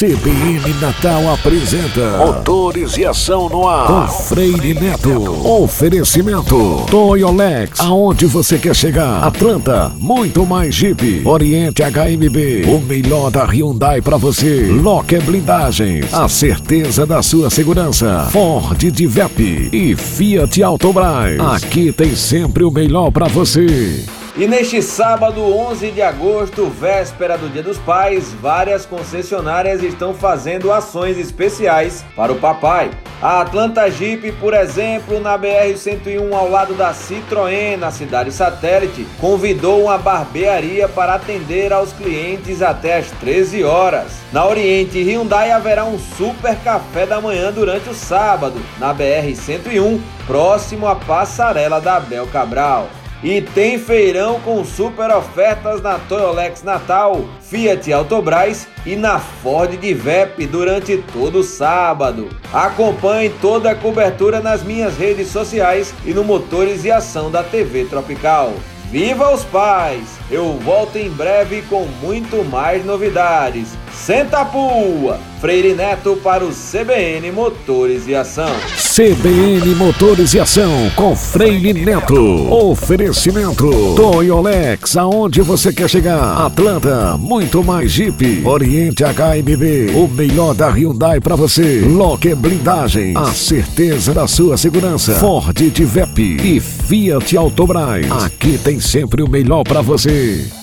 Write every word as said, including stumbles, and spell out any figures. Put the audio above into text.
C B N Natal apresenta Motores e Ação no Ar com Freire Neto. Oferecimento Toyolex, aonde você quer chegar? Atlanta, muito mais Jeep. Oriente H M B, o melhor da Hyundai pra você. Locker Blindagens, a certeza da sua segurança. Ford Divep e Fiat Autobras. Aqui tem sempre o melhor pra você. E neste sábado, onze de agosto, véspera do Dia dos Pais, várias concessionárias estão fazendo ações especiais para o papai. A Atlanta Jeep, por exemplo, na B R cento e um ao lado da Citroën, na cidade satélite, convidou uma barbearia para atender aos clientes até às treze horas. Na Oriente Hyundai haverá um super café da manhã durante o sábado, na B R cento e um, próximo à passarela da Abel Cabral. E tem feirão com super ofertas na Toyolex Natal, Fiat Autobras e na Ford Divep durante todo o sábado. Acompanhe toda a cobertura nas minhas redes sociais e no Motores e Ação da T V Tropical. Viva os pais! Eu volto em breve com muito mais novidades. Senta a pua! Freire Neto para o C B N Motores e Ação. C B N Motores e Ação com Freire Neto. Oferecimento Toyolex, aonde você quer chegar? Atlanta, muito mais Jeep. Oriente H M B, o melhor da Hyundai pra você. Locker Blindagem, a certeza da sua segurança. Ford Divep e Fiat Autobras. Aqui tem sempre o melhor pra você.